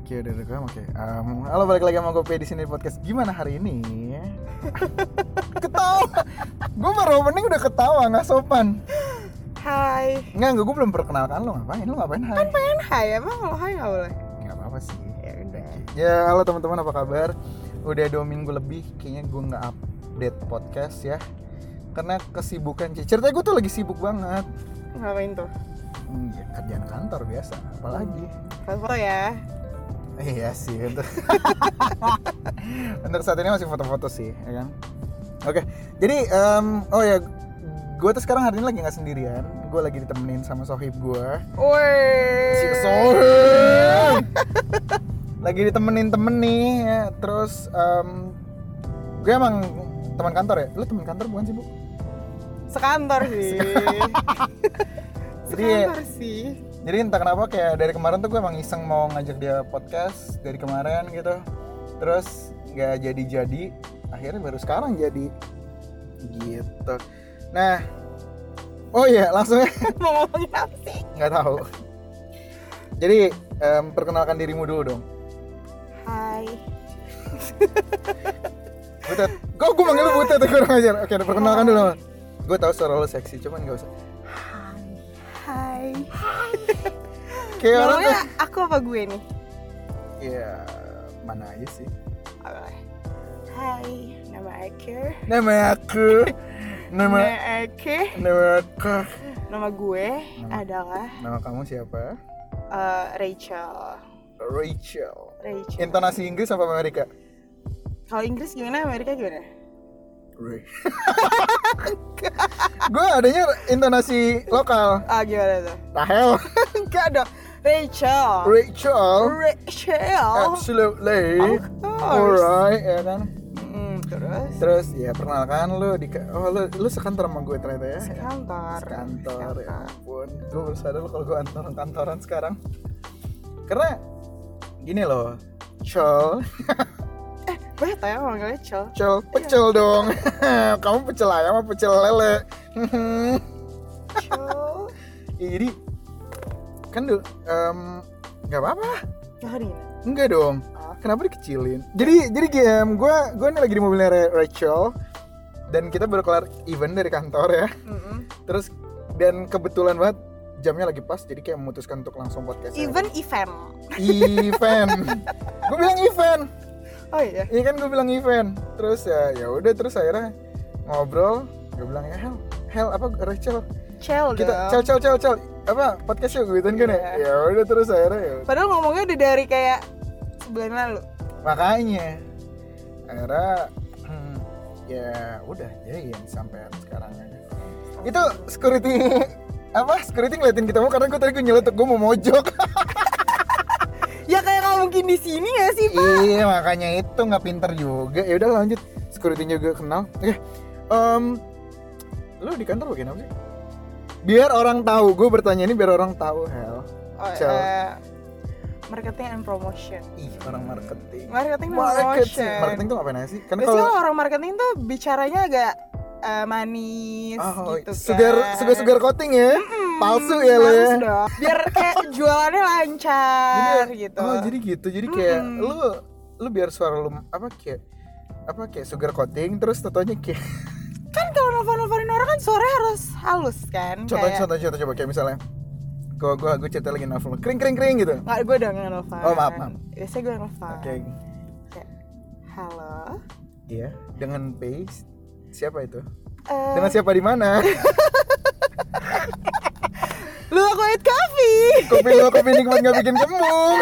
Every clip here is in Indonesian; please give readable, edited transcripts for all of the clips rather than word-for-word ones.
Oke, udah rekam. Oke. Halo, balik lagi sama gue di sini podcast. Gimana hari ini? Ketawa. Gue baru opening udah ketawa, nggak sopan. Hai. Gue belum perkenalkan lo. Ngapain? Lo ngapain hai? Kan pengen hai, emang lo hai nggak boleh? Nggak apa-apa sih. Ya udah. Ya, halo teman-teman, apa kabar? Udah 2 minggu lebih kayaknya gue nggak update podcast ya. Karena kesibukan. Ceritanya gue tuh lagi sibuk banget. Ngapain tuh? Ya, kerjaan kantor biasa. Apalagi? Foto ya. Iya sih untuk saat ini masih foto-foto sih, ya kan? Oke, jadi gue tuh sekarang hari ini lagi nggak sendirian, gue lagi ditemenin sama sohib gue. Si sohib lagi ditemenin temen nih, ya. Terus gue emang teman kantor ya, lu teman kantor bukan sih bu? Sekantor sih. Sekantor sih. Jadi entah kenapa kayak dari kemarin tuh gue emang iseng mau ngajak dia podcast dari kemarin gitu. Terus gak jadi-jadi, akhirnya baru sekarang jadi gitu. Nah, oh iya langsung ya. Mau ngomongin apa sih? Gak tahu. Jadi perkenalkan dirimu dulu dong. Hai. Butet. Kok gue manggil lu Butet tuh kurang ajar. Oke, perkenalkan dulu. Gue tahu suara lu seksi, cuman gak usah. Hai. Kayak orang tuh. Aku apa gue nih? Ya, mana aja sih. Hai, nama aku. Nama aku. Nama gue adalah Nama kamu siapa? Rachel. Intonasi Inggris apa Amerika? Kalau Inggris gimana? Amerika gimana? Gue adanya intonasi lokal. Gimana tuh? Rahel. Enggak dong. Rachel. Absolutely. Of course. Alright, ya kan. Terus Ya perkenalkan lu lu sekantor sama gue ternyata ya. Sekantor. Ya ampun. Gue baru sadar kalau gue kantoran sekarang. Karena gini loh, Chol. Boleh tau ya manggilnya Chol? Pecel dong. Kamu pecel ayam apa pecel lele? Chol. Ya, jadi kan nggak apa-apa. Enggak dong. Kenapa dikecilin? Jadi gue ini lagi di mobilnya Rachel dan kita baru kelar event dari kantor ya. Terus dan kebetulan banget jamnya lagi pas, jadi kayak memutuskan untuk langsung podcast. Event. Gue bilang event. Oh iya. Iya kan gue bilang event. Terus ya udah terus akhirnya ngobrol. Gue bilang ya Hel apa Rachel. Cel kita cel apa podcast yuk gitu kan ya. Ya udah terus akhirnya ya. Padahal ngomongnya udah dari kayak sebulan lalu. Makanya akhirnya ya udah jadi ya sampai sekarang aja. Itu security ngeliatin kita mau karena gue nyeletuk gue mau mojok. Ya kayak nggak mungkin di sini ya sih Pak. Iya makanya itu nggak pinter juga. Ya udah lanjut, security-nya gue kenal. Oke, lu di kantor bagian apa sih? Biar orang tahu, gue bertanya ini biar orang tahu Hel. Marketing and promotion. Orang marketing. Marketing tuh ngapain aja sih? Karena biasanya kalau orang marketing tuh bicaranya agak manis gitu kan. Sugar coating ya. Palsu ya lo ya. Dong. Biar kayak jualannya lancar gitu. Oh, jadi gitu. Jadi kayak lu biar suara lu kayak sugar coating terus tatonya kayak kan kalau nelfon-nelfonin orang kan suaranya harus halus kan. Contoh coba kayak misalnya gue cerita lagi nelfon kring gitu. Nggak, gue udah nelfon. Oh maaf. Biasanya gue nelfon. Oke. Kayak halo. Iya, dengan base siapa itu? Dengan siapa di mana? Lu White Coffee. Kopi nikmat nggak bikin kembung.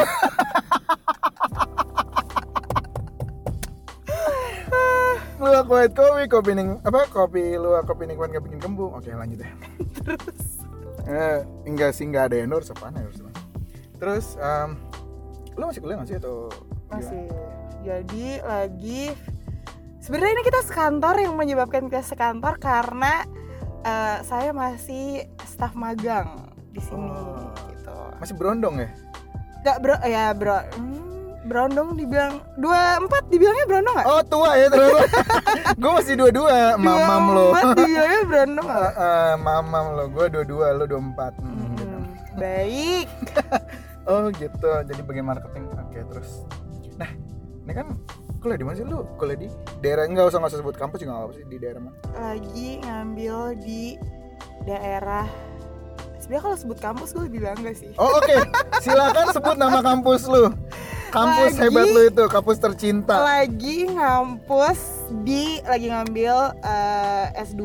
Lu White Coffee, kopi nikmat nggak bikin kembung. Oke lanjut ya. Terus? Enggak sih, nggak ada endorse apaan ya. Terus lu masih kuliah nggak sih atau? Masih. Jadi lagi. Sebenarnya ini kita sekantor, yang menyebabkan kita sekantor karena saya masih staf magang di sini gitu. Masih berondong ya? Enggak berondong dibilang 24 dibilangnya berondong enggak? Oh, tua ya terus. Gue masih 22, mamam lo. 24 dibilangnya berondong enggak? Mamam lo, gue 22, lo 24. Baik. Oh gitu, jadi bagian marketing. Oke, terus. Nah, ini kan kuliah di mana sih lu? Kuliah di daerah, nggak usah sebut kampus juga nggak apa sih, di daerah mana? Lagi ngambil di daerah. Sebenarnya kalau sebut kampus gue lebih bangga sih. Oh oke. Silakan sebut nama kampus lu. Kampus hebat lu itu, kampus tercinta. Lagi ngambil S2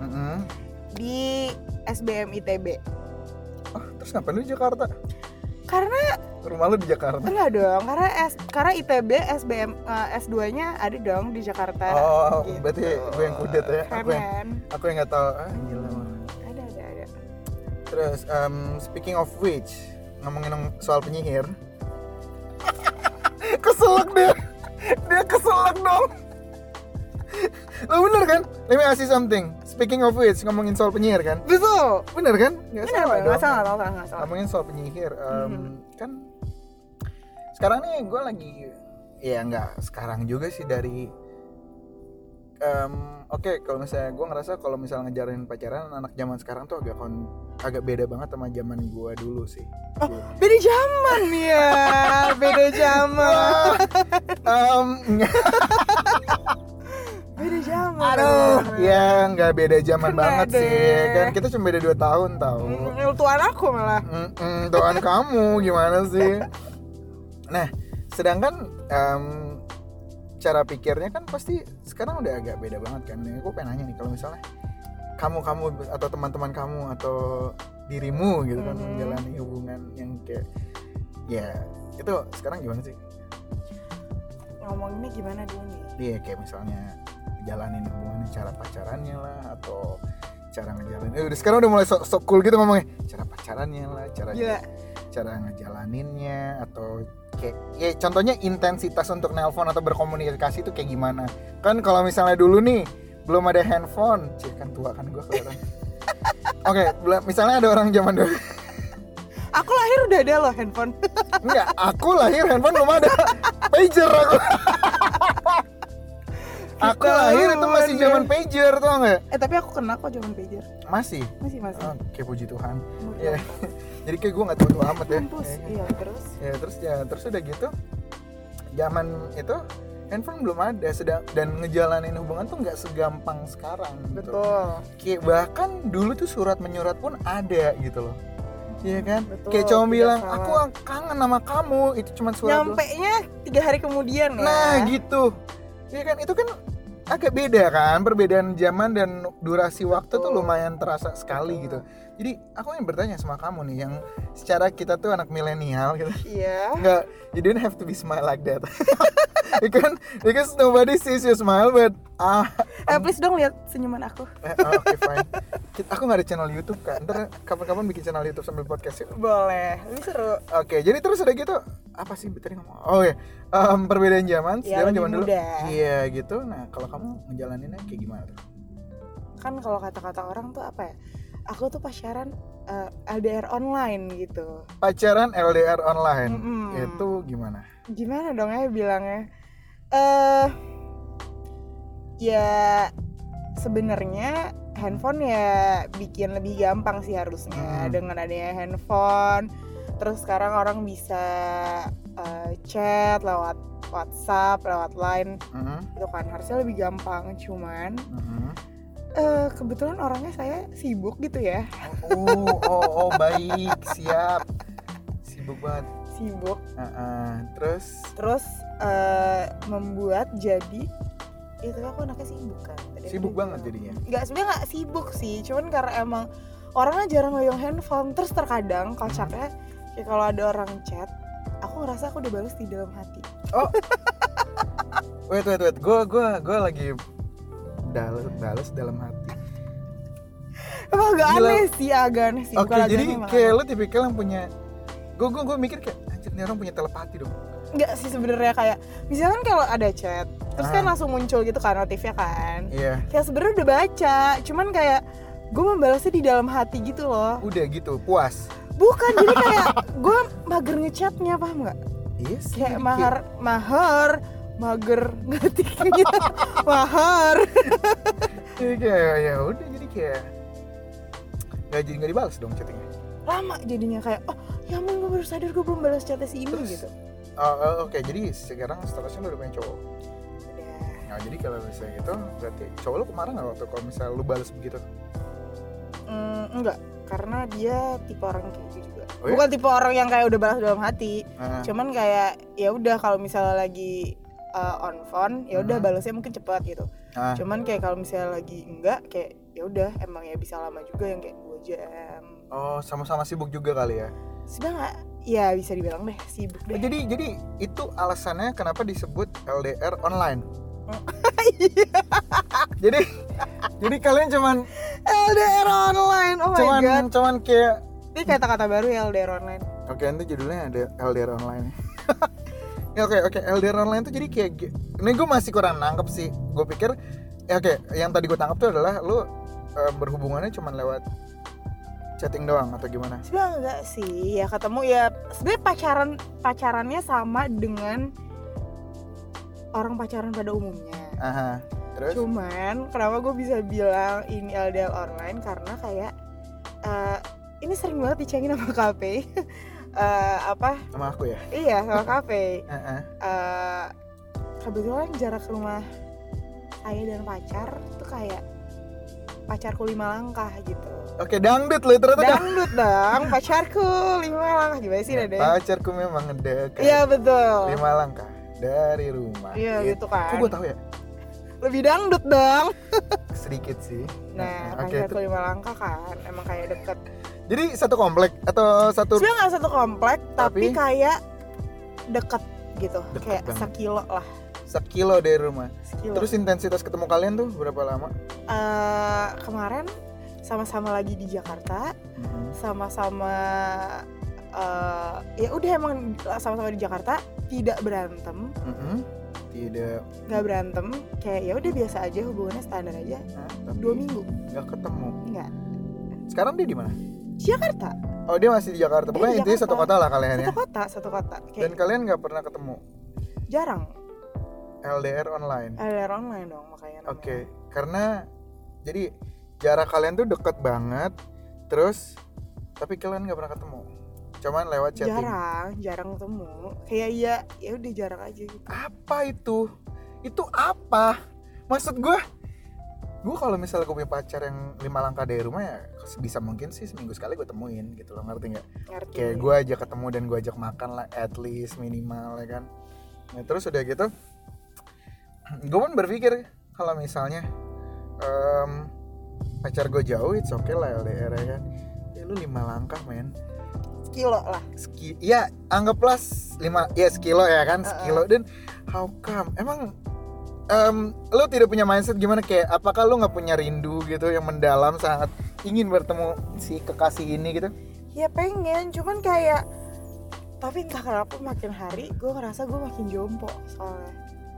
di SBM ITB. Oh, terus ngapain lu di Jakarta? Karena Rumah lu di Jakarta? enggak dong, karena ITB SBM S2-nya ada dong di Jakarta. Oh, gitu. berarti gue yang kudet ya. Keren. Aku yang nggak tahu. Gila. Ada. Terus speaking of which, ngomongin soal penyihir. Keselak dia keselak dong. Lo bener kan? Let me ask you something. Speaking of which, ngomongin soal penyihir kan? Betul. Bener kan? Nggak salah. Ngomongin soal penyihir, kan sekarang nih gue lagi, ya nggak sekarang juga sih, dari oke, kalau misalnya gue ngerasa kalau misalnya ngejalanin pacaran anak zaman sekarang tuh agak beda banget sama zaman gue dulu sih. Oh, beda zaman ya, beda zaman. Beda zaman. Aduh, ya nggak beda zaman Kena banget deh. sih. Kan kita cuma beda 2 tahun tau. Tuan aku malah. Tuan kamu gimana sih? Nah, sedangkan cara pikirnya kan pasti sekarang udah agak beda banget kan. Aku pengen nanya nih, kalau misalnya kamu atau teman-teman kamu atau dirimu gitu kan menjalani hubungan yang kayak, ya itu sekarang gimana sih? Ngomonginnya gimana dulu nih? Iya, kayak misalnya jalanin hubungan, cara pacarannya lah, atau cara ngejalanin. Udah sekarang udah mulai sok cool gitu ngomongnya. Cara pacarannya lah, cara ngejalaninnya, atau kayak ya contohnya intensitas untuk nelpon atau berkomunikasi itu kayak gimana. Kan kalau misalnya dulu nih belum ada handphone, kan tua kan gue kelihatan. Oke, misalnya ada orang zaman dulu. Aku lahir udah ada loh handphone. Enggak, aku lahir handphone belum ada. Pager aku. Aku lahir itu masih zaman pager, tau nggak? Tapi aku kena kok zaman pager. Masih. Oke, puji Tuhan. Ya. Jadi kayak gue nggak tahu amat ya. Iya, terus. Ya terus udah gitu. Zaman itu handphone belum ada, dan ngejalanin hubungan tuh nggak segampang sekarang. Betul. Kayak bahkan dulu tuh surat menyurat pun ada gitu loh. Iya kan? Betul, kayak cuma bilang salah. aku kangen sama kamu, itu cuma surat. Nyampenya 3 hari kemudian ya. Nah gitu. Iya kan, itu kan agak beda kan, perbedaan zaman dan durasi waktu tuh lumayan terasa sekali gitu. Jadi aku yang bertanya sama kamu nih, yang secara kita tuh anak milenial gitu. Iya. Enggak, you don't have to be smile like that. Because nobody sees you smile, but Please dong lihat senyuman aku. Oke, fine. Aku nggak ada channel YouTube kan. Ntar kapan-kapan bikin channel YouTube sambil podcast yuk. Boleh, ini seru. Oke, jadi terus udah gitu apa sih tadi ngomong? Oh ya, perbedaan zaman, Ya, sekarang zaman dulu. muda. Iya gitu. Nah, kalau kamu ngejalaninnya kayak gimana tuh? Kan kalau kata-kata orang tuh apa ya? Aku tuh pacaran LDR online gitu. Pacaran LDR online. Itu gimana? Gimana dong ya bilangnya? Ya sebenarnya handphone ya bikin lebih gampang sih harusnya dengan adanya handphone. Terus sekarang orang bisa chat lewat WhatsApp, lewat Line, itu kan harusnya lebih gampang. Cuman kebetulan orangnya saya sibuk gitu ya. Oh baik, siap. Sibuk banget. Sibuk. Terus Membuat jadi itu aku anaknya sibuk kan. Sibuk banget jadinya. Nggak, sebenarnya nggak sibuk sih, cuman karena emang orangnya jarang megang handphone. Terus terkadang kocaknya kayak kalau ada orang chat, aku ngerasa aku udah balas di dalam hati. Oh. wait. Gue lagi balas dalam hati. Emang agak aneh sih. Oke, jadi kayak lo tipikal yang punya. Gue mikir kayak anjir, ini orang punya telepati dong. Enggak sih sebenarnya, kayak misalkan kalau ada chat terus kan langsung muncul gitu kan notifnya kan. Iya. Kayak sebenarnya udah baca, cuman kayak gue membalasnya di dalam hati gitu loh. Udah gitu, puas. Bukan, jadi kayak gue mager ngechatnya, paham nggak? Iya sih. Kayak mager ngerti gitu. Mahar. Jadi kayak ya udah, jadi kayak nggak dibalas dong chattingnya. Lama jadinya kayak Ya ampun, gue baru sadar gue belum balas chatnya si ini gitu. Oke, jadi sekarang statusnya lu udah punya cowok. Udah. Nah, jadi kalau misalnya gitu, berarti cowok lu kemarin nggak waktu kalau misalnya lu balas begitu? Enggak, karena dia tipe orang kayak gitu juga. Oh, ya? Bukan tipe orang yang kayak udah balas dalam hati. Cuman Kayak ya udah kalau misalnya lagi on phone, ya udah balasnya mungkin cepat gitu. Cuman kayak kalau misalnya lagi enggak, kayak ya udah emang ya bisa lama juga yang kayak 2 jam. Oh, sama-sama sibuk juga kali ya? Sebenarnya ya bisa dibilang deh sibuk deh. Jadi itu alasannya kenapa disebut LDR online. jadi kalian cuman LDR online. Oh my god. Cuman kayak ini kata-kata baru ya, LDR online. Oke, nanti judulnya ada LDR online. Ya oke, LDR online tuh jadi kayak ini gue masih kurang nangkep sih. Gue pikir ya oke, yang tadi gue tangkap tuh adalah lu berhubungannya cuman lewat chatting doang atau gimana? Sebenarnya enggak sih, ya ketemu ya sebenarnya pacarannya sama dengan orang pacaran pada umumnya. Terus? Cuman kenapa gue bisa bilang ini LDR online karena kayak ini sering banget dicengin sama kafe. Sama aku ya? Iya, sama kafe. Kebetulan jarak rumah saya dan pacar tuh kayak pacarku 5 langkah gitu. Oke, dangdut loh ternyata. Dangdut dong, pacarku 5 langkah. Gimana sih Dede? Pacarku memang ngedekat. Iya betul. 5 langkah dari rumah. Iya gitu kan. Kok gue tahu ya? Lebih dangdut dong. Sedikit sih. Nah, pacarku 5 langkah kan, emang kayak deket. Jadi satu komplek atau satu? Sebenarnya nggak satu komplek, tapi kayak deket gitu, kayak banget. 1 kilo lah. 1 kilo dari rumah. 1 kilo. Terus intensitas ketemu kalian tuh berapa lama? Kemarin sama-sama lagi di Jakarta, sama-sama ya udah emang sama-sama di Jakarta, tidak berantem. Nggak berantem, kayak ya udah biasa aja, hubungannya standar aja. 2 minggu. Nggak ketemu. Nggak. Sekarang dia di mana? Jakarta. Oh, dia masih di Jakarta. Pokoknya intinya satu kota lah kalian ya. Satu kota. Dan kalian nggak pernah ketemu? Jarang. LDR online. LDR online dong makanya. Oke. Karena jadi jarak kalian tuh deket banget, terus tapi kalian nggak pernah ketemu. Cuman lewat chatting. Jarang ketemu. Kayak ya udah jarang aja gitu. Apa itu? Itu apa? Maksud gue kalau misalnya gue punya pacar yang 5 langkah dari rumah ya bisa mungkin sih seminggu sekali gue temuin gitu loh, ngerti nggak? Kayak gue ajak ketemu dan gue ajak makan lah at least minimal ya kan. Nah terus udah gitu gue pun berpikir kalau misalnya pacar gue jauh it's okay lah LDR ya kan. Ya lu 5 langkah men. Sekilo lah. Ya anggaplah 5 ya sekilo ya kan, sekilo. Dan how come? Emang lo tidak punya mindset gimana, kayak apakah lo nggak punya rindu gitu yang mendalam sangat ingin bertemu si kekasih ini gitu? Ya pengen, cuman kayak tapi entah kenapa makin hari gue ngerasa gue makin jompo soalnya.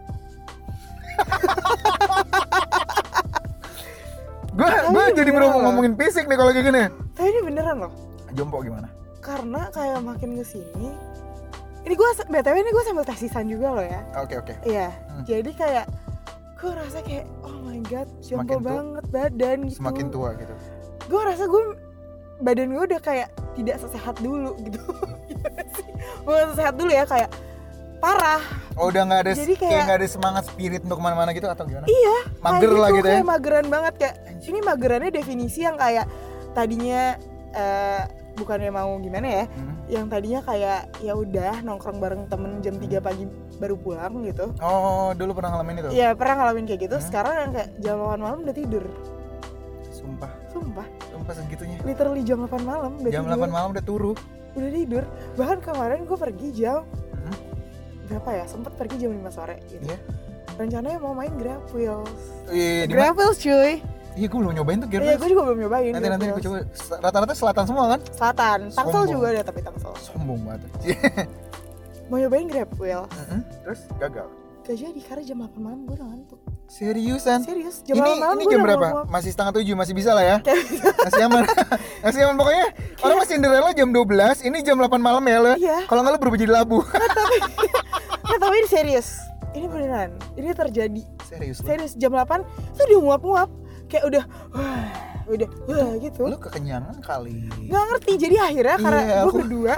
gue jadi baru ngomongin fisik nih kalau kayak gini. Tapi ini beneran loh. Jompo gimana? Karena kayak makin kesini, ini gue BTW ini gue sambil tesisan juga loh ya. Oke. Iya. Jadi kayak gue rasa kayak oh my god jompo banget badan gitu. Semakin tua gitu. Gue rasa badan gue udah kayak tidak sesehat dulu gitu. Bukan sesehat dulu ya, kayak parah. Oh udah nggak ada, jadi kayak nggak ada semangat spirit untuk kemana-mana gitu atau gimana? Iya. Mager lah gitu ya. Kayak mageran banget, kayak ini magerannya definisi yang kayak tadinya bukannya mau gimana ya, yang tadinya kayak ya udah nongkrong bareng temen jam 3 pagi baru pulang gitu. Oh dulu pernah ngalamin itu? Iya pernah ngalamin kayak gitu. Sekarang yang kayak jam 8 malam udah tidur. Sumpah segitunya. Literally jam 8 malam udah jam tidur. 8 malam udah turu. Udah tidur. Bahkan kemarin gue pergi jam berapa ya? Sempet pergi jam 5 sore gitu. Rencananya mau main Grab Wheels. Grab Wheels cuy. Iya gue belum nyobain tuh Grab Wheels. Iya gue juga belum nyobain. Nanti gue coba. Rata-rata selatan semua kan? Selatan. Tangsel juga ada tapi Tangsel. Sombong banget. Mau nyobain Grab Wheels. Terus gagal. Gak jadi karena jam 8 malam gue udah ngantuk. Seriusan? Serius? Jam 8 malam ini jam berapa? Masih 6:30, masih bisa lah ya. Masih aman. Masih aman pokoknya. Orang masih Cinderella jam 12, ini jam 8 malam ya lo. Iya. Kalau enggak lo berubah jadi labu. Tapi ini serius. Ini beneran. Ini terjadi. Serius jam 8 tuh udah nguap-nguap. Kayak udah gitu. Lo kekenyangan kali. Nggak ngerti. Jadi akhirnya karena gue berdua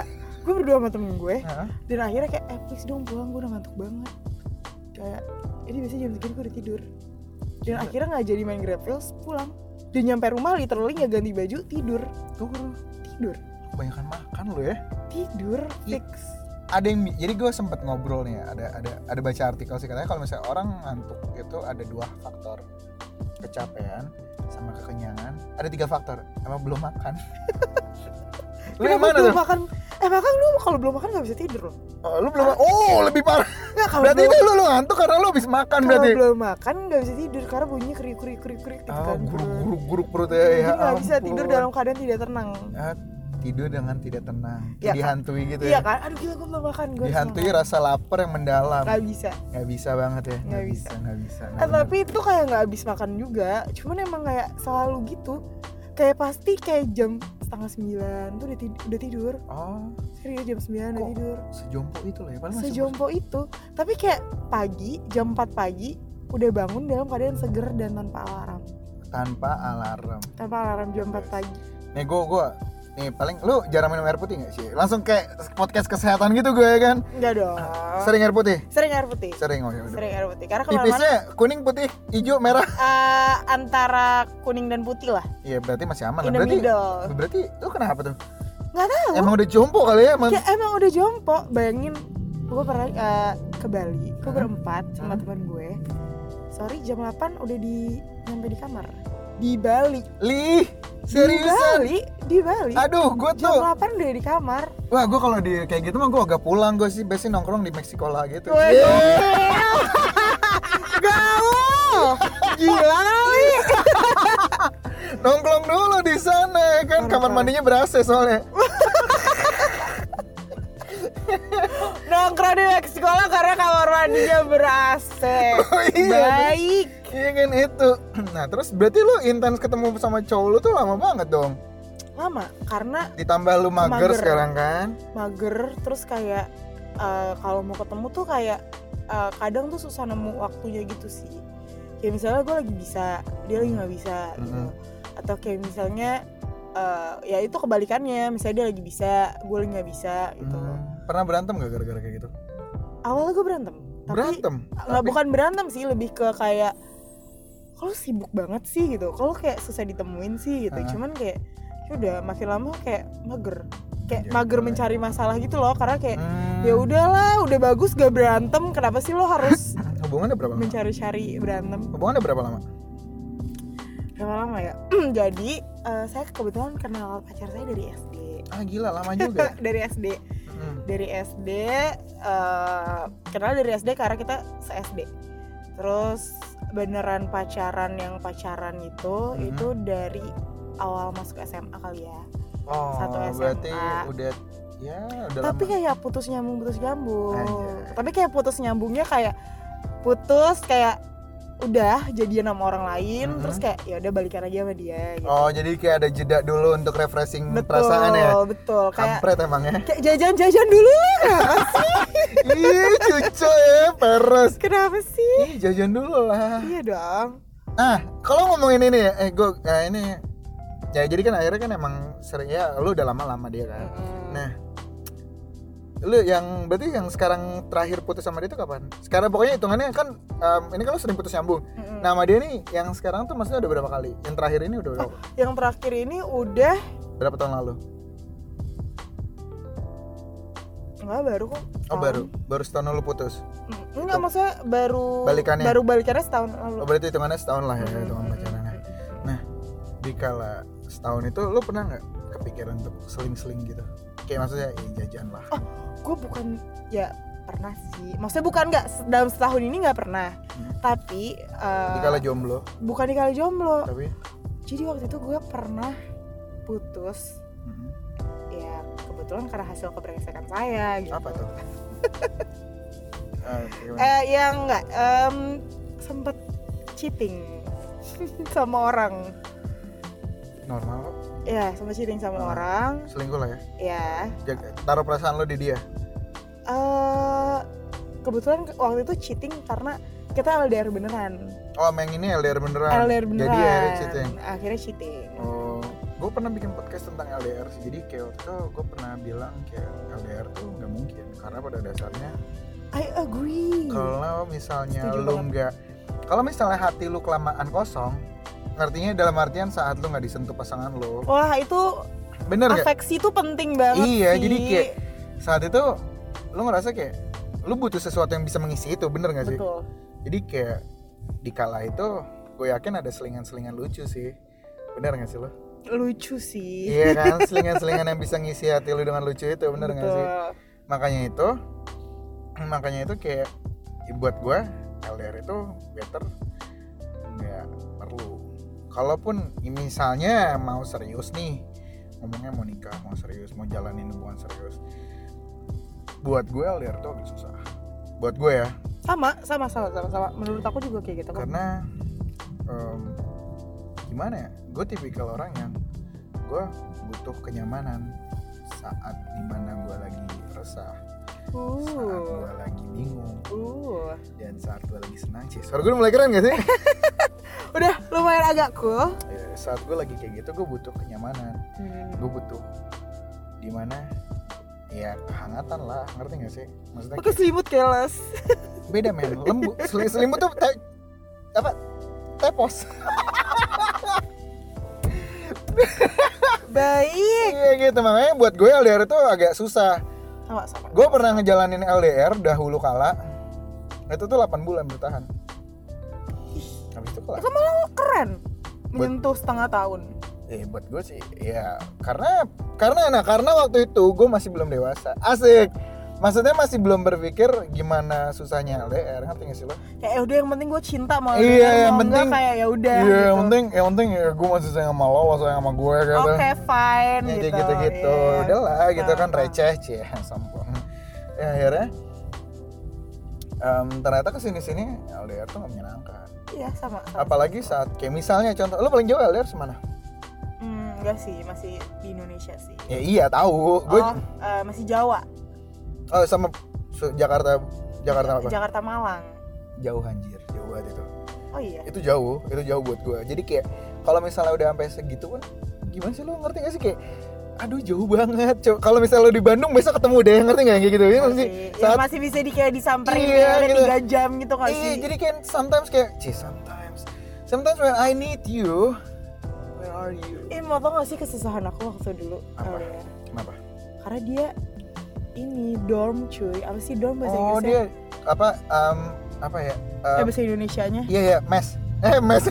gue berdua sama temen gue. Dan akhirnya kayak please dong pulang, gue udah ngantuk banget. Kayak ini biasanya jam segini gue udah tidur. Dan akhirnya nggak jadi main Grab Wheels, pulang. Dan nyampe rumah literally nggak ganti baju, tidur. Kebanyakan makan lo ya. Tidur fix. Ada yang, jadi gue sempet ngobrol nih, ada baca artikel sih, katanya kalau misalnya orang ngantuk itu ada 2 faktor, kecapean sama kekenyangan. Ada 3 faktor, emang belum makan. Lu yang mana tuh? Makan, makan lu kalau belum makan nggak bisa tidur loh. Oh, lu belum, lebih parah. Nggak, kalau berarti itu lu ngantuk karena lu habis makan berarti. Kalau belum makan nggak bisa tidur karena bunyinya kriuk gitu kan. Guruk perut ya. Jadi nggak bisa tidur dalam keadaan tidak tenang. Tidur dengan tidak tenang, ya, dihantui kan? Gitu ya. Iya kan, aduh gila gue belum makan. Dihantui rasa lapar yang mendalam. Nggak bisa banget ya. Nggak bisa. Tapi itu kayak nggak habis makan juga, cuman emang kayak selalu gitu. Kayak pasti kayak jam 8:30 tuh udah tidur. Oh. Serius jam 9 udah tidur. Sejompo itu lah ya. Sejompo itu. Tapi kayak pagi, jam 4 pagi udah bangun dalam keadaan seger dan tanpa alarm jam 4 pagi. Nih nih paling lu jarang minum air putih gak sih? Langsung kayak podcast kesehatan gitu gue ya kan? Enggak dong. Sering air putih? Sering air putih. Sering, oh ya udah. Sering air putih. Karena kemana-mana tipisnya kuning, putih, hijau, merah? Antara kuning dan putih lah. Iya berarti masih aman. Berarti lu kenapa tuh? Nggak tahu. Emang udah jompo kali ya? Emang udah jompo. Bayangin gue pernah ke Bali, gue berempat sama teman gue. Sorry jam 8 udah nyampe di kamar. Di Bali. Seriusan? Di Bali. Aduh, gue tuh jam 8 udah di kamar. Wah, gue kalau di kayak gitu mah gue agak pulang. Gue sih biasanya nongkrong di Meksiko lah gitu. Gaul. Gila kali. Nongkrong dulu di sana ya kan. Kamar mandinya ber-AC soalnya. Nongkrong di Meksiko lah karena kamar mandinya ber-AC. Oh, iya. Baik. Iya kan itu. Nah terus berarti lu intens ketemu sama cowok lu tuh lama banget dong? Lama, karena ditambah lu mager sekarang kan? Mager, terus kayak kalau mau ketemu tuh kayak kadang tuh susah nemu waktunya gitu sih. Kayak misalnya gue lagi bisa, dia lagi nggak bisa gitu. Atau kayak misalnya ya itu kebalikannya, misalnya dia lagi bisa, gue lagi nggak bisa gitu. Pernah berantem gak gara-gara kayak gitu? Awalnya gue berantem. Nggak, bukan berantem sih, lebih ke kayak kalau sibuk banget sih gitu, kalau kayak susah ditemuin sih gitu. Cuman kayak udah makin lama kayak mager mencari masalah gitu loh, karena kayak ya udahlah, udah bagus gak berantem, kenapa sih lo harus hubungannya berapa lama? Mencari-cari berantem. Hubungannya berapa lama? Ya jadi saya kebetulan kenal pacar saya dari SD. Gila lama juga. Dari SD. Dari SD kenal dari SD karena kita se-SD. Terus beneran pacaran itu dari awal masuk SMA kali ya. Satu SMA. Berarti udah tapi lama. Kayak putus nyambung. Tapi kayak putus nyambungnya kayak putus kayak udah jadian sama orang lain, terus kayak ya udah balikan aja sama dia gitu. Jadi kayak ada jeda dulu untuk refreshing perasaan ya. Betul. Kampret emang ya. Kayak jajan dulu lah, kenapa sih? Ih, cucu ya, peres. Kenapa sih? Jajan dulu lah. Iya dong. Kalau ngomongin ini ini ya jadi kan akhirnya kan emang sering ya, lu udah lama dia kan. Nah, lu yang berarti yang sekarang terakhir putus sama dia itu kapan? Sekarang pokoknya hitungannya kan ini kan lu sering putus nyambung. Nah sama dia nih yang sekarang tuh maksudnya udah berapa kali? Yang terakhir ini udah berapa? Yang terakhir ini udah berapa tahun lalu? Enggak, baru kok. Baru setahun lalu putus? Enggak, maksudnya baru balikannya setahun lalu. Berarti hitungannya setahun lah ya, hitungan pacarannya. Nah, dikala setahun itu lu pernah nggak kepikiran untuk seling-seling gitu? Kayak maksudnya jajan lah. Gue bukan, ya pernah sih. Maksudnya bukan nggak dalam setahun ini nggak pernah. Tapi dikala jomblo. Bukan dikala jomblo. Tapi jadi waktu itu gue pernah putus. Ya kebetulan karena hasil kebrengsekan saya gitu. Apa tuh? Yang enggak sempet cheating sama orang. Normal. Ya, sama cheating sama orang. Selingkuh lah ya? Ya. Taruh perasaan lo di dia? Kebetulan waktu itu cheating karena kita LDR beneran. Yang ini LDR beneran? LDR beneran. Jadi akhirnya cheating? Akhirnya cheating. Gue pernah bikin podcast tentang LDR sih. Jadi kayak waktu itu gue pernah bilang kayak LDR tuh nggak mungkin karena pada dasarnya I agree. kalau misalnya Setuju lu banget. nggak, kalau misalnya hati lu kelamaan kosong, artinya dalam artian saat lu nggak disentuh pasangan lu, Wah itu bener nggak? afeksi tuh penting banget Iya, sih. jadi kayak saat itu lu ngerasa kayak lu butuh sesuatu yang bisa mengisi itu, bener nggak sih? Betul. Jadi kayak di kala itu gue yakin ada selingan-selingan lucu sih, bener nggak sih lo? Lucu sih. Iya kan, selingan-selingan yang bisa ngisi hati lu dengan lucu itu, bener nggak sih? Betul. Makanya itu kayak buat gue LDR itu better nggak perlu. Kalaupun misalnya mau serius nih, ngomongnya mau nikah, mau serius, mau jalanin hubungan serius, buat gue LDR itu agak susah. Buat gue ya. Sama. Menurut aku juga kayak gitu. Karena gimana ya? Gue tipikal orang yang gue butuh kenyamanan saat dimana gue lagi resah, saat gue lagi bingung, dan saat gue lagi senang sih. Suara gue mulai keren gak sih? Udah lumayan agak cool. Ya, saat gue lagi kayak gitu gue butuh kenyamanan, gue butuh dimana ya kehangatan lah, ngerti gak sih? Maksudnya Pakai selimut keles. beda men, lembut. Selimut tuh tepos. Baik. Iya gitu, makanya buat gue LDR itu agak susah. Sama. Gue pernah ngejalanin LDR dahulu kala, itu tuh 8 bulan bertahan. Habis itu kelar. Itu malah keren. Menyentuh setengah tahun. Buat gue sih ya karena waktu itu gue masih belum dewasa. Asik. Maksudnya masih belum berpikir gimana susahnya LDR, ngerti gak sih lo? Kayak udah yang penting gue cinta mau Iya, yang mau penting kayak ya udah. Iya, gitu. yang penting ya gue masih sayang sama lo sayang sama gue gitu. Oke, fine Ya, gitu. gitu. Iya. Udahlah gitu kan Sama. receh cie, sombong. Ya akhirnya ternyata kesini-sini LDR tuh gak menyenangkan. Iya, sama. Apalagi saat kayak misalnya contoh, lo paling jauh LDR semana? Enggak sih, masih di Indonesia sih. Ya iya tahu. Gue Masih Jawa. sama Jakarta apa? Jakarta Malang. Jauh anjir, jauh banget itu. Oh iya. Itu jauh buat gue. Jadi kayak kalau misalnya udah sampai segitu pun gimana sih lo, ngerti gak sih kayak aduh jauh banget. Kalau misalnya lo di Bandung besok ketemu deh, ngerti gak kayak gitu ya Masih, saat masih bisa kayak disamperin Iya, ada gitu. 3 jam gitu kali iya, sih. jadi kayak sometimes sometimes when I need you, where are you? Mau tau gak sih kesusahan aku waktu dulu? Apa? LDR? Kenapa? Karena dia ini dorm cuy. Apa sih dorm bahasa Oh Inggrisnya? dia apa ya? Bahasa Indonesianya? Iya mes. Mes.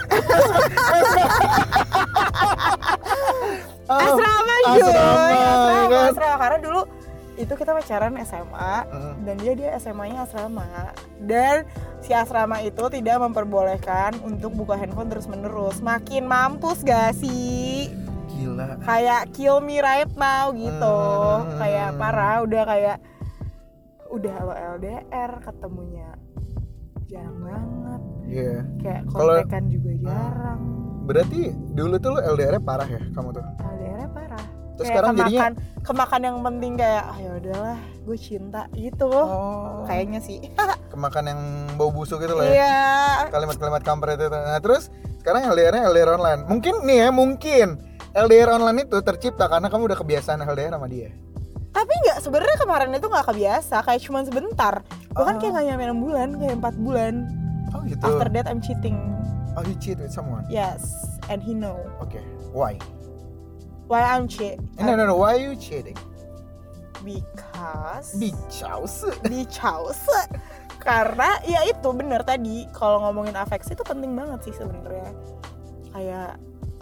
Asrama cuy. Asrama, kan? Asrama. Karena dulu itu kita pacaran SMA dan dia SMA-nya asrama. Dan si asrama itu tidak memperbolehkan untuk buka handphone terus-menerus. Makin mampus gak sih? Gila. Kayak kill me right now gitu. Kayak parah, udah lo LDR ketemunya jarang banget. Iya. Kayak Kalau- kontekan juga jarang. Berarti dulu tuh lo LDR-nya parah ya kamu tuh? LDR-nya parah. Terus Kayak sekarang jadinya kemakan yang penting kayak ya udahlah gue cinta gitu. Kayaknya sih. kemakan yang bau busuk itu lah ya. Iya. Kalimat-kalimat kampret itu. Nah terus sekarang LDR-nya LDR online. Mungkin LDR online itu tercipta karena kamu udah kebiasaan LDR sama dia. Tapi nggak, sebenarnya kemarin itu nggak kebiasa, kayak cuma sebentar. Bahkan kayak nggak nyampe 6 bulan, kayak 4 bulan. Oh gitu. After that I'm cheating. Oh you cheat with someone? Yes, and he know. Okay. Why? Why I'm cheat? No. Why you cheating? Because Bicaus. Karena ya itu bener tadi, kalau ngomongin afeksi itu penting banget sih sebenarnya. Kayak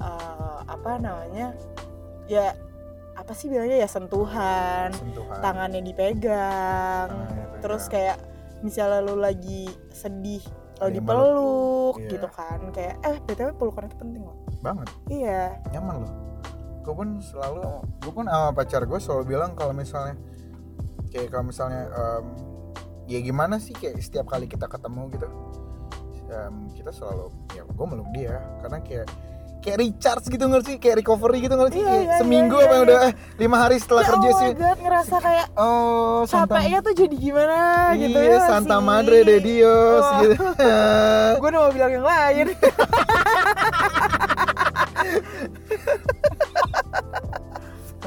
ya apa sih bilangnya ya, sentuhan. Tangannya dipegang. Terus kayak misalnya lu lagi sedih, lo Ada yang dipeluk meluk. gitu kan. Kayak BTW pelukan itu penting loh. Banget. Iya. Nyaman loh. Gue pun sama pacar gue selalu bilang kalau misalnya ya gimana sih kayak setiap kali kita ketemu gitu, kita selalu ya gue meluk dia karena kayak recharge gitu, ngerti, kayak recovery gitu, ngerti, kayak seminggu apa yang udah 5 hari setelah kerja sih. Oh my god, ngerasa kayak capeknya tuh jadi gimana gitu ya. Santa Madre de Dios gitu. Gue udah mau bilang yang lain.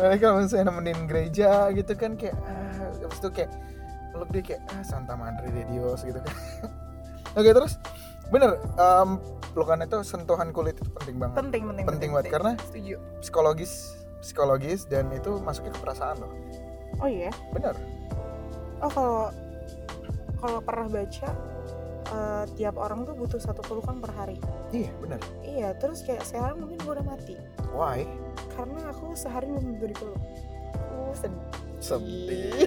Kalau misalnya nemenin gereja gitu kan kayak habis itu kayak peluk dia kayak Santa Madre de Dios gitu kan. Oke, terus bener, pelukan itu, sentuhan kulit itu penting banget. Penting banget karena setuju. Psikologis dan itu masuknya ke perasaan loh. Oh iya? Bener. Oh, kalau pernah baca tiap orang tuh butuh 1 pelukan per hari. Iya, bener. Iya, terus kayak sekarang mungkin gue udah mati. Why? Karena aku sehari belum tentu dipeluk. Sedih.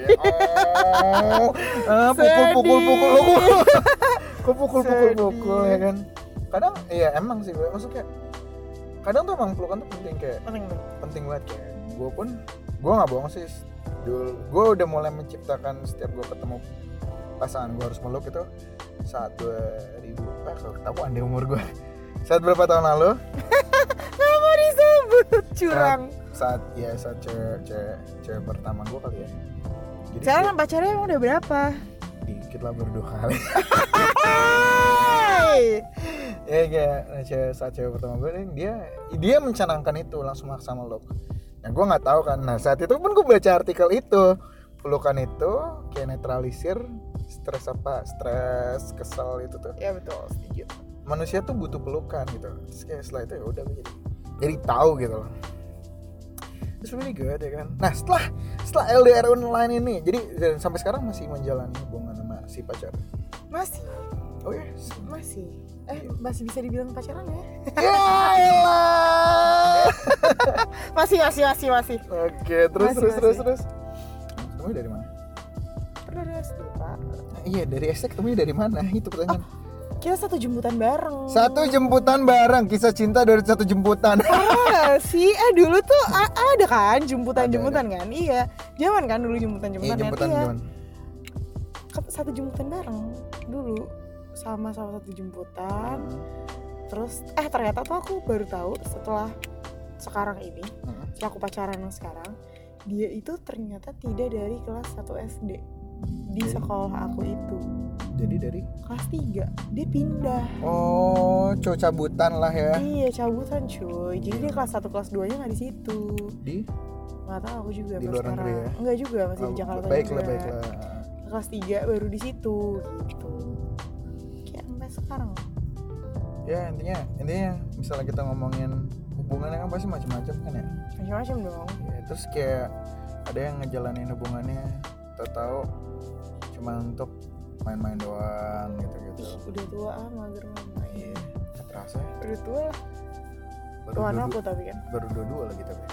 Pukul ya kan. Kadang iya emang sih gue, maksudnya kadang tuh emang pelukan tuh penting banget kayak gue nggak bohong sih, dulu gue udah mulai menciptakan setiap gue ketemu pasangan gue harus meluk itu saat 2000 kalau ketahuan deh umur gue saat berapa tahun lalu. Nggak mau disebut, curang. Saat cewek pertama gue kali ya. Jadi sekarang pacarnya emang udah berapa? Dikit lah, baru 2 kali. Ya kayak saat cewek pertama gue dia mencanangkan itu langsung maksa meluk. Nah gue nggak tahu kan. Nah saat itu pun gue baca artikel itu, pelukan itu kayak netralisir stres kesel itu tuh. Ya betul, setuju. Manusia tuh butuh pelukan gitu. Terus kayak setelah itu ya udah gue jadi tahu gitu loh. It's really good ya kan. Nah setelah LDR online ini, jadi sampai sekarang masih menjalani hubungan sama si pacar? Masih. Oh ya? Yes. Masih. Masih bisa dibilang pacaran ya? Yaelah. Masih. Oke, terus. Ketemu dari mana? Dari SD, Pak. Iya, dari SD ketemunya dari mana? Itu pertanyaan. Kita satu jemputan bareng. Kisah cinta dari satu jemputan. Sih, dulu tuh ada kan jemputan kan? Iya. Zaman kan dulu jemputan. Iya, jemputan. Satu jemputan bareng dulu. Sama satu jemputan. Terus ternyata tuh aku baru tahu setelah sekarang ini, setelah aku pacaran yang sekarang, dia itu ternyata tidak dari kelas 1 SD di sekolah aku itu. Jadi dari kelas 3 dia pindah. Oh, cabutan lah ya. Iya, cabutan cuy. Jadi dia kelas 1 kelas 2 nya nggak di situ. Di? Nggak tahu aku juga. Di luar negeri ya? Enggak juga, masih di Jakarta. Baiklah. Kelas 3 baru di situ gitu. Kayak sampai sekarang. Ya intinya misalnya kita ngomongin hubungannya kan pasti macam-macam kan ya. Macam-macam dong. Ya, terus kayak ada yang ngejalanin hubungannya tahu cuma untuk main-main doang gitu. Udah tua mager main. Iya, gak terasa ya. Udah tua lah. Tuan aku tapi kan. Baru 22 lagi tapi.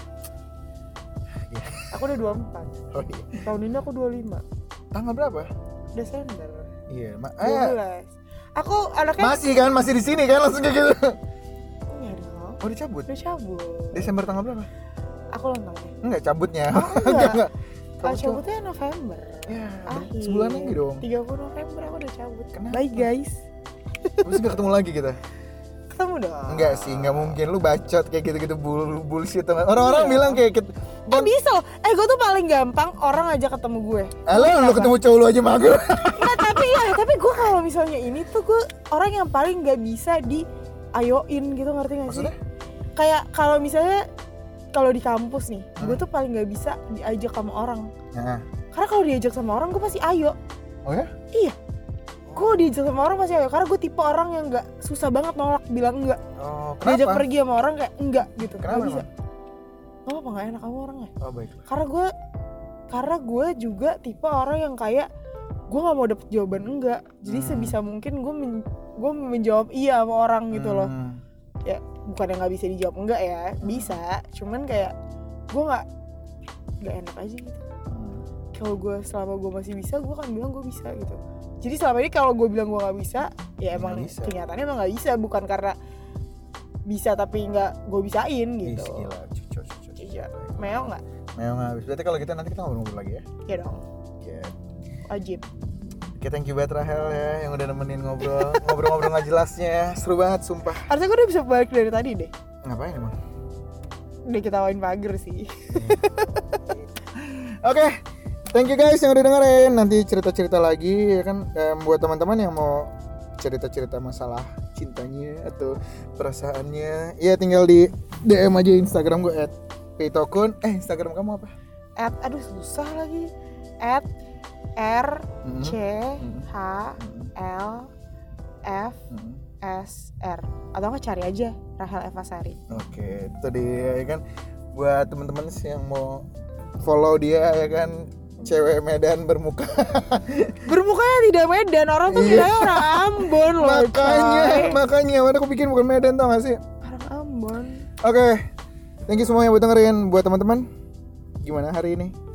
Iya. Aku udah 24. Oh iya. Tahun ini aku 25. Tanggal berapa? Desember. Iya, 12. Aku anaknya masih di sini kan langsung kayak gitu. Iya dong. Oh, dicabut. Desember tanggal berapa? Aku ulang tahun. Enggak, cabutnya. Enggak. Kalau cabutnya November. Ya, sebulan lagi dong. 30 November aku udah cabut. Kenapa? Bye guys. Terus gak ketemu lagi kita? Ketemu dong. Enggak sih, enggak mungkin lu bacot kayak gitu-gitu bullshit. Orang-orang bilang kayak gitu. Bisa. Gue tuh paling gampang orang ngajak ketemu gue. Lu ketemu cowok lu aja mager. Enggak, tapi gue kalau misalnya ini tuh gue orang yang paling enggak bisa diayoin gitu, ngerti enggak sih? Maksudnya? Kayak kalau misalnya kalau di kampus nih, gue tuh paling nggak bisa diajak sama orang. Karena kalau diajak sama orang, gue pasti ayo. Oh ya? Iya. Gue diajak sama orang pasti ayo. Karena gue tipe orang yang nggak susah banget nolak bilang enggak. Oh, kenapa? Diajak pergi sama orang kayak enggak gitu. Kenapa? Gak bisa. Gak apa, nggak enak sama orangnya. Oh baik. Karena gue juga tipe orang yang kayak gue nggak mau dapet jawaban enggak. Jadi sebisa mungkin gue menjawab iya sama orang gitu loh. Ya bukan yang nggak bisa dijawab enggak ya, bisa, cuman kayak gue nggak enak aja gitu. Kalau gue selama gue masih bisa, gue akan bilang gue bisa gitu. Jadi selama ini kalau gue bilang gue nggak bisa, ya emang kenyataannya emang nggak bisa, bukan karena bisa tapi nggak gue bisain gitu. Gila, cucu. Iya, meo nggak? Berarti kalau gitu nanti kita ngobrol lagi ya? Iya dong. Iya. Wajib. Oke, thank you banget Rahel ya yang udah nemenin ngobrol nggak jelasnya, seru banget sumpah. Harusnya gue udah bisa balik dari tadi deh. Ngapain emang? Udah ketawain pagar sih. Oke, thank you guys yang udah dengerin. Nanti cerita-cerita lagi ya kan, buat teman-teman yang mau cerita-cerita masalah cintanya atau perasaannya, ya tinggal di DM aja Instagram gue Pitokun. Instagram kamu apa? Aduh susah lagi. @RCHLFSR atau nggak cari aja Rahel Eva Sari. Oke, itu dia ya kan. Buat teman-teman yang mau follow dia ya kan, cewek Medan bermuka. Bermukanya tidak Medan, orang tuh bilangnya orang Ambon loh. Makanya aku bikin bukan Medan, tau gak sih? Orang Ambon. Oke. Thank you semuanya buat dengerin. Buat teman-teman, gimana hari ini?